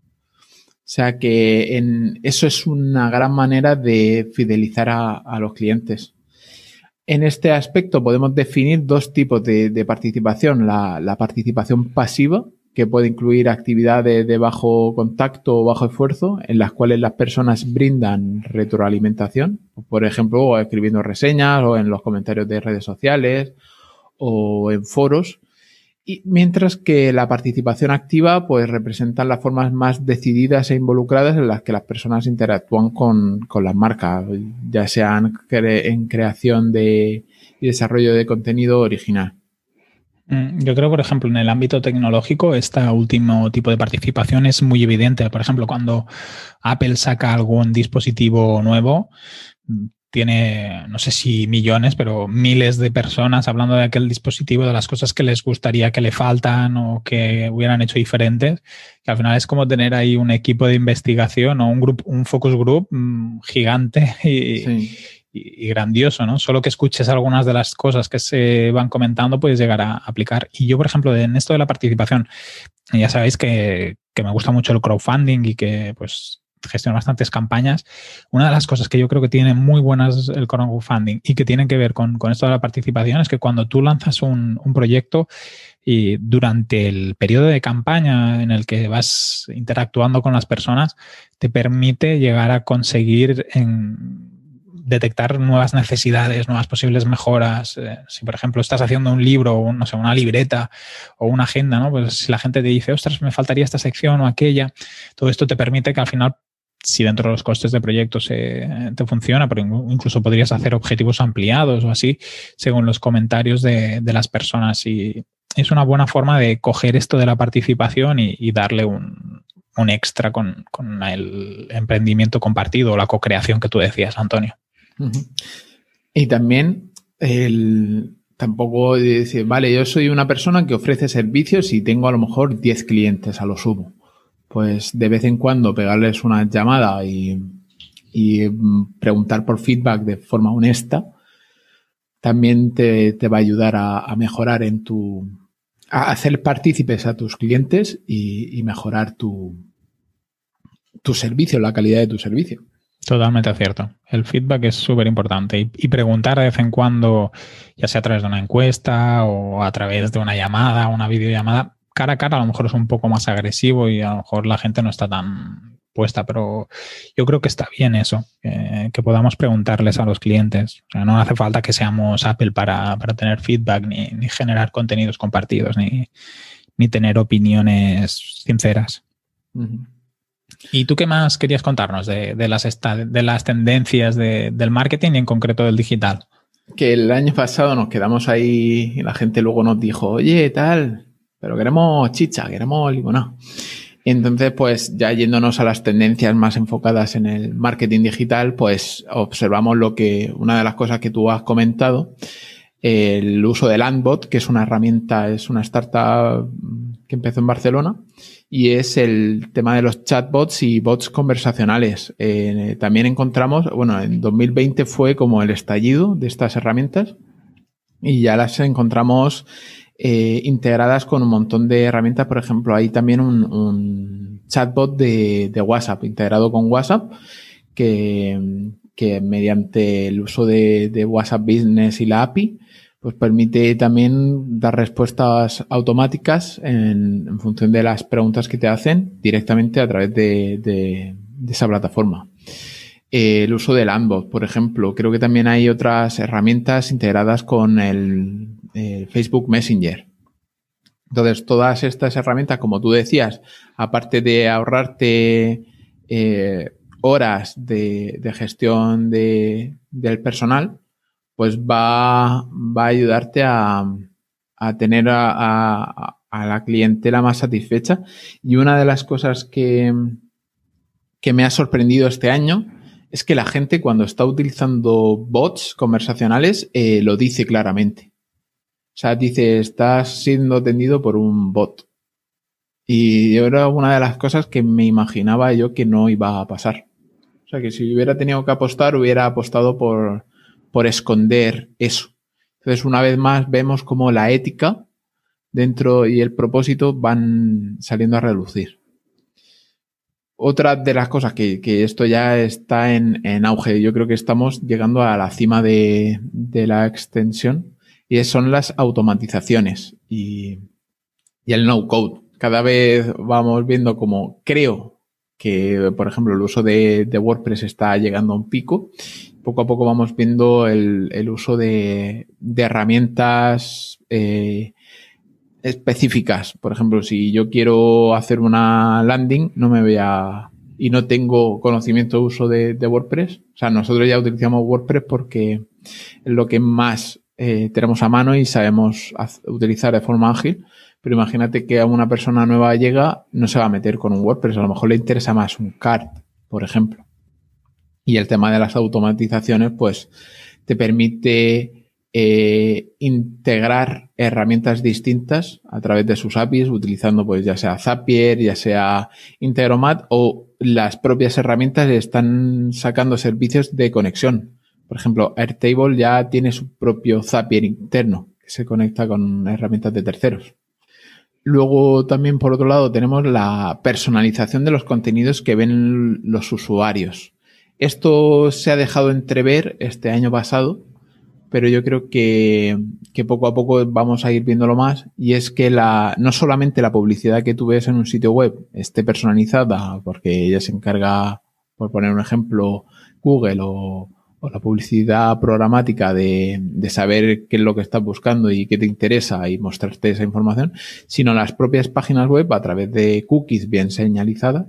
O sea que en, eso es una gran manera de fidelizar a, a los clientes. En este aspecto podemos definir dos tipos de, de participación. La, la participación pasiva, que puede incluir actividades de bajo contacto o bajo esfuerzo, en las cuales las personas brindan retroalimentación, por ejemplo, escribiendo reseñas o en los comentarios de redes sociales o en foros. Y mientras que la participación activa pues representa las formas más decididas e involucradas en las que las personas interactúan con, con las marcas, ya sean cre- en creación de, y desarrollo de contenido original. Yo creo, por ejemplo, en el ámbito tecnológico, este último tipo de participación es muy evidente. Por ejemplo, cuando Apple saca algún dispositivo nuevo, tiene, no sé si millones, pero miles de personas hablando de aquel dispositivo, de las cosas que les gustaría que le faltan o que hubieran hecho diferentes, que al final es como tener ahí un equipo de investigación o un grupo, un focus group mmm, gigante y, sí. y, y grandioso, ¿no? Solo que escuches algunas de las cosas que se van comentando puedes llegar a aplicar. Y yo, por ejemplo, en esto de la participación, ya sabéis que, que me gusta mucho el crowdfunding y que, pues, gestiono bastantes campañas. Una de las cosas que yo creo que tiene muy buenas el crowdfunding y que tienen que ver con, con esto de la participación es que cuando tú lanzas un, un proyecto y durante el periodo de campaña en el que vas interactuando con las personas, te permite llegar a conseguir en detectar nuevas necesidades, nuevas posibles mejoras. Eh, si, por ejemplo, estás haciendo un libro, o no sé, una libreta o una agenda, ¿no? Pues si la gente te dice, ostras, me faltaría esta sección o aquella, todo esto te permite que al final, si dentro de los costes de proyecto se, te funciona, pero incluso podrías hacer objetivos ampliados o así, según los comentarios de, de las personas. Y es una buena forma de coger esto de la participación y, y darle un, un extra con, con el emprendimiento compartido o la co-creación que tú decías, Antonio. Uh-huh. Y también el, tampoco decir, vale, yo soy una persona que ofrece servicios y tengo a lo mejor diez clientes a lo sumo. Pues de vez en cuando pegarles una llamada y, y preguntar por feedback de forma honesta también te, te va a ayudar a, a mejorar en tu... a hacer partícipes a tus clientes y, y mejorar tu, tu servicio, la calidad de tu servicio. Totalmente cierto. El feedback es súper importante y, y preguntar de vez en cuando, ya sea a través de una encuesta o a través de una llamada, una videollamada, cara a cara a lo mejor es un poco más agresivo y a lo mejor la gente no está tan puesta, pero yo creo que está bien eso, eh, que podamos preguntarles a los clientes. O sea, no hace falta que seamos Apple para, para tener feedback, ni, ni generar contenidos compartidos, ni, ni tener opiniones sinceras. Uh-huh. ¿Y tú qué más querías contarnos de, de, las, esta, de las tendencias de, del marketing y en concreto del digital? Que el año pasado nos quedamos ahí y la gente luego nos dijo, oye, tal, pero queremos chicha, queremos limonada. Y entonces, pues ya yéndonos a las tendencias más enfocadas en el marketing digital, pues observamos lo que, una de las cosas que tú has comentado, el uso del Landbot, que es una herramienta, es una startup que empezó en Barcelona, y es el tema de los chatbots y bots conversacionales. Eh, también encontramos, bueno, en dos mil veinte fue como el estallido de estas herramientas y ya las encontramos eh, integradas con un montón de herramientas. Por ejemplo, hay también un, un chatbot de, de WhatsApp integrado con WhatsApp que, que mediante el uso de, de WhatsApp Business y la A P I pues permite también dar respuestas automáticas en, en función de las preguntas que te hacen directamente a través de, de, de esa plataforma. Eh, el uso del Landbot, por ejemplo. Creo que también hay otras herramientas integradas con el, el Facebook Messenger. Entonces, todas estas herramientas, como tú decías, aparte de ahorrarte eh, horas de, de gestión de, del personal, pues va, va a ayudarte a, a tener a, a, a la clientela más satisfecha. Y una de las cosas que, que me ha sorprendido este año es que la gente, cuando está utilizando bots conversacionales, eh, lo dice claramente. O sea, dice, estás siendo atendido por un bot. Y era una de las cosas que me imaginaba yo que no iba a pasar. O sea, que si hubiera tenido que apostar, hubiera apostado por... por esconder eso. Entonces, una vez más, vemos cómo la ética dentro y el propósito van saliendo a relucir. Otra de las cosas que, que esto ya está en, en auge, yo creo que estamos llegando a la cima de, de la extensión, y son las automatizaciones y, y el no-code. Cada vez vamos viendo como creo que, por ejemplo, el uso de, de WordPress está llegando a un pico. Poco a poco vamos viendo el, el uso de, de herramientas eh, específicas. Por ejemplo, si yo quiero hacer una landing, no me voy a... y no tengo conocimiento de uso de, de WordPress. O sea, nosotros ya utilizamos WordPress porque es lo que más eh, tenemos a mano y sabemos hacer, utilizar de forma ágil. Pero imagínate que a una persona nueva llega, no se va a meter con un WordPress. A lo mejor le interesa más un cart, por ejemplo. Y el tema de las automatizaciones, pues, te permite eh, integrar herramientas distintas a través de sus A P Is, utilizando, pues, ya sea Zapier, ya sea Integromat, o las propias herramientas están sacando servicios de conexión. Por ejemplo, Airtable ya tiene su propio Zapier interno, que se conecta con herramientas de terceros. Luego también, por otro lado, tenemos la personalización de los contenidos que ven los usuarios. Esto se ha dejado entrever este año pasado, pero yo creo que, que poco a poco vamos a ir viéndolo más, y es que la, no solamente la publicidad que tú ves en un sitio web esté personalizada, porque ella se encarga, por poner un ejemplo, Google o, o la publicidad programática de, de saber qué es lo que estás buscando y qué te interesa y mostrarte esa información, sino las propias páginas web a través de cookies bien señalizadas.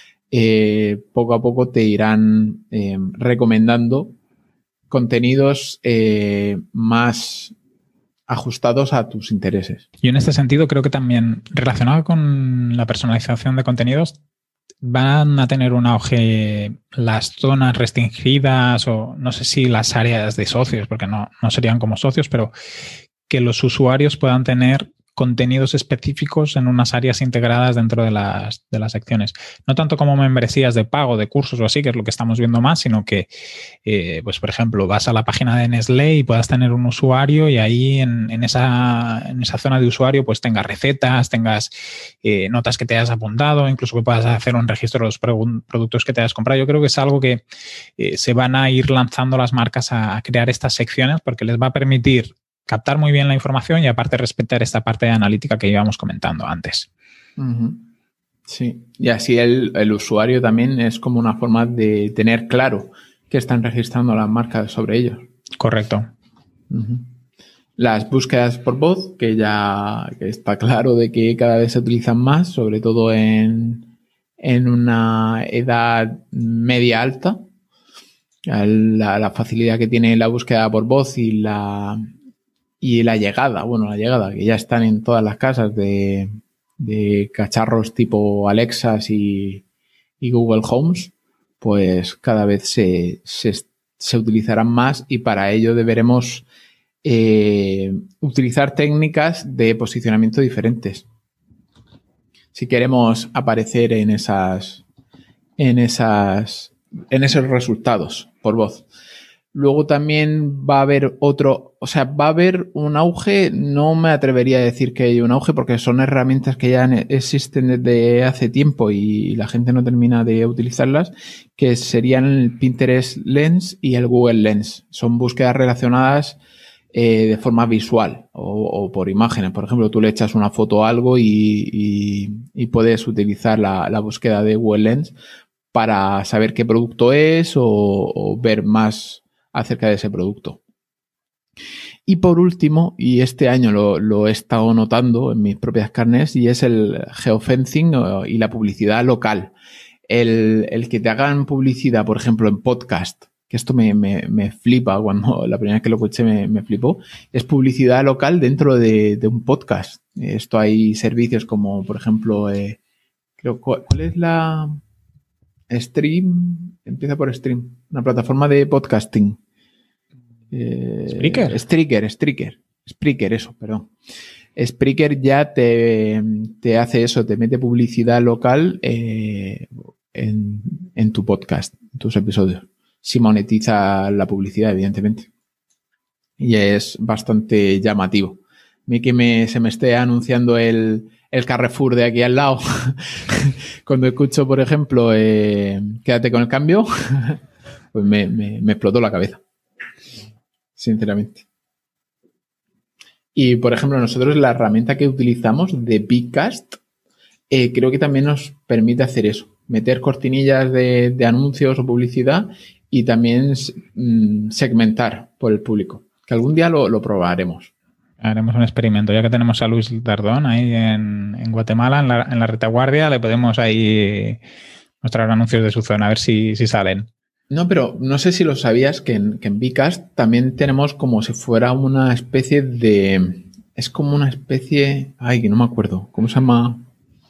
Eh, poco a poco te irán eh, recomendando contenidos eh, más ajustados a tus intereses. Y en este sentido creo que también relacionado con la personalización de contenidos van a tener un auge las zonas restringidas, o no sé si las áreas de socios, porque no, no serían como socios, pero que los usuarios puedan tener contenidos específicos en unas áreas integradas dentro de las, de las secciones. No tanto como membresías de pago, de cursos o así, que es lo que estamos viendo más, sino que, eh, pues por ejemplo, vas a la página de Nestlé y puedas tener un usuario, y ahí en, en, esa, en esa zona de usuario pues tengas recetas, tengas eh, notas que te hayas apuntado, incluso que puedas hacer un registro de los productos que te hayas comprado. Yo creo que es algo que eh, se van a ir lanzando las marcas a, a crear estas secciones, porque les va a permitir captar muy bien la información y aparte respetar esta parte de analítica que íbamos comentando antes. Uh-huh. Sí, y así el, el usuario también es como una forma de tener claro que están registrando las marcas sobre ellos. Correcto. Uh-huh. Las búsquedas por voz, que ya que está claro de que cada vez se utilizan más, sobre todo en, en una edad media alta. La, la facilidad que tiene la búsqueda por voz y la... Y la llegada, bueno, la llegada, que ya están en todas las casas de, de cacharros tipo Alexas y, y Google Homes, pues cada vez se, se, se utilizarán más, y para ello deberemos eh, utilizar técnicas de posicionamiento diferentes. Si queremos aparecer en esas, en esas, en esos resultados por voz. Luego también va a haber otro, o sea, va a haber un auge, no me atrevería a decir que hay un auge porque son herramientas que ya existen desde hace tiempo y la gente no termina de utilizarlas, que serían el Pinterest Lens y el Google Lens. Son búsquedas relacionadas eh, de forma visual o, o por imágenes. Por ejemplo, tú le echas una foto a algo y, y, y puedes utilizar la, la búsqueda de Google Lens para saber qué producto es o, o ver más acerca de ese producto. Y por último, y este año lo, lo he estado notando en mis propias carnes, y es el geofencing y la publicidad local. El, el que te hagan publicidad, por ejemplo, en podcast, que esto me, me, me flipa, cuando la primera vez que lo escuché me, me flipó, es publicidad local dentro de, de un podcast. Esto hay servicios como, por ejemplo, eh, creo, ¿cuál, ¿cuál es la...? Stream, empieza por Stream, una plataforma de podcasting. Eh, ¿Spreaker? Spreaker, Spreaker, Spreaker, eso, perdón. Spreaker ya te, te hace eso, te mete publicidad local eh, en, en tu podcast, en tus episodios. Si monetiza la publicidad, evidentemente. Y es bastante llamativo. A mí que me, se me esté anunciando el, el Carrefour de aquí al lado, cuando escucho, por ejemplo, eh, quédate con el cambio, pues me, me, me explotó la cabeza. Sinceramente. Y, por ejemplo, nosotros la herramienta que utilizamos de Bigcast, eh, creo que también nos permite hacer eso. Meter cortinillas de, de anuncios o publicidad y también mm, segmentar por el público. Que algún día lo, lo probaremos. Haremos un experimento. Ya que tenemos a Luis Dardón ahí en, en Guatemala, en la, en la retaguardia, le podemos ahí mostrar anuncios de su zona, a ver si, si salen. No, pero no sé si lo sabías que en, que en Bcast también tenemos como si fuera una especie de... Es como una especie... Ay, que no me acuerdo. ¿Cómo se llama?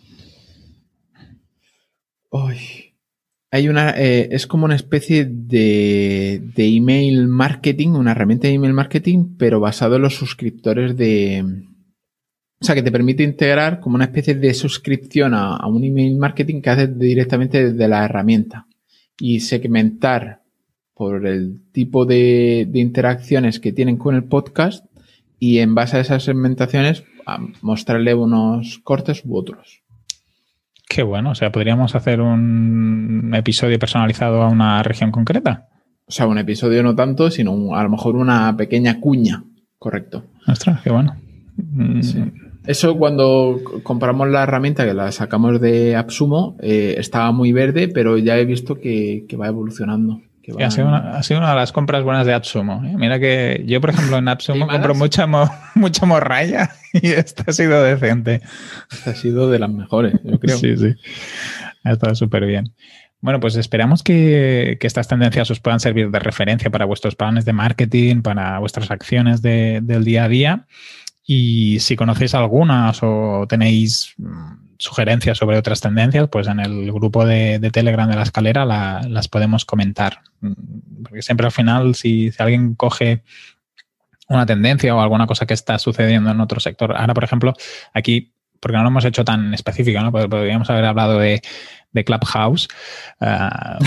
Ay. Hay una... Eh, es como una especie de, de email marketing, una herramienta de email marketing, pero basado en los suscriptores de... O sea, que te permite integrar como una especie de suscripción a, a un email marketing que haces directamente desde la herramienta. Y segmentar por el tipo de, de interacciones que tienen con el podcast y en base a esas segmentaciones a mostrarle unos cortes u otros. Qué bueno, o sea, ¿podríamos hacer un episodio personalizado a una región concreta? O sea, un episodio no tanto, sino un, a lo mejor una pequeña cuña, correcto. Ostras, qué bueno. Sí. Eso cuando compramos la herramienta, que la sacamos de AppSumo, eh, estaba muy verde, pero ya he visto que, que va evolucionando. Que va... ha, sido una, ha sido una de las compras buenas de AppSumo. ¿eh? Mira que yo, por ejemplo, en AppSumo compro mucha, mo, mucha morralla y esta ha sido decente. Esta ha sido de las mejores, yo creo. Sí, sí. Ha estado súper bien. Bueno, pues esperamos que, que estas tendencias os puedan servir de referencia para vuestros planes de marketing, para vuestras acciones de, del día a día. Y si conocéis algunas o tenéis sugerencias sobre otras tendencias, pues en el grupo de, de Telegram de La Escalera la, las podemos comentar. Porque siempre al final, si, si alguien coge una tendencia o alguna cosa que está sucediendo en otro sector. Ahora, por ejemplo, aquí, porque no lo hemos hecho tan específico, ¿no? Podríamos haber hablado de, de Clubhouse uh,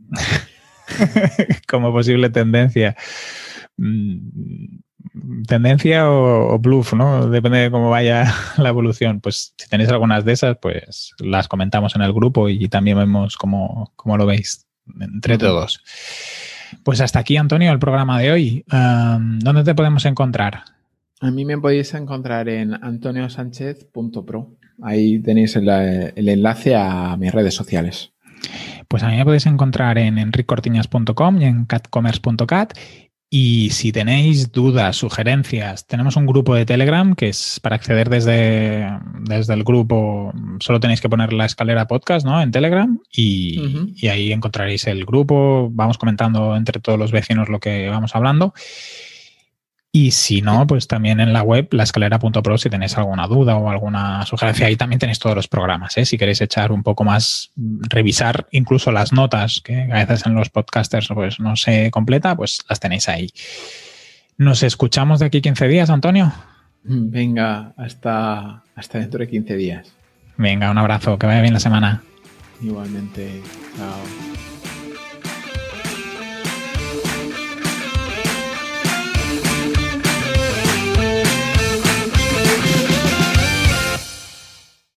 como posible tendencia. Tendencia o, o bluff, ¿no? Depende de cómo vaya la evolución. Pues si tenéis algunas de esas, pues las comentamos en el grupo y también vemos cómo, cómo lo veis entre uh-huh. todos. Pues hasta aquí, Antonio, el programa de hoy. Um, ¿Dónde te podemos encontrar? A mí me podéis encontrar en antonio sánchez punto pro. Ahí tenéis el, el enlace a mis redes sociales. Pues a mí me podéis encontrar en enric cortiñas punto com y en catcommerce punto cat. Y si tenéis dudas, sugerencias, tenemos un grupo de Telegram que es para acceder desde, desde el grupo. Solo tenéis que poner La Escalera Podcast, ¿no? En Telegram y, uh-huh. y ahí encontraréis el grupo. Vamos comentando entre todos los vecinos lo que vamos hablando. Y si no, pues también en la web, la escalera punto pro, si tenéis alguna duda o alguna sugerencia, ahí también tenéis todos los programas, ¿eh? Si queréis echar un poco más, revisar incluso las notas, que a veces en los podcasters pues no se completa, pues las tenéis ahí. ¿Nos escuchamos de aquí quince días, Antonio? Venga, hasta, hasta dentro de quince días. Venga, un abrazo, que vaya bien la semana. Igualmente, chao.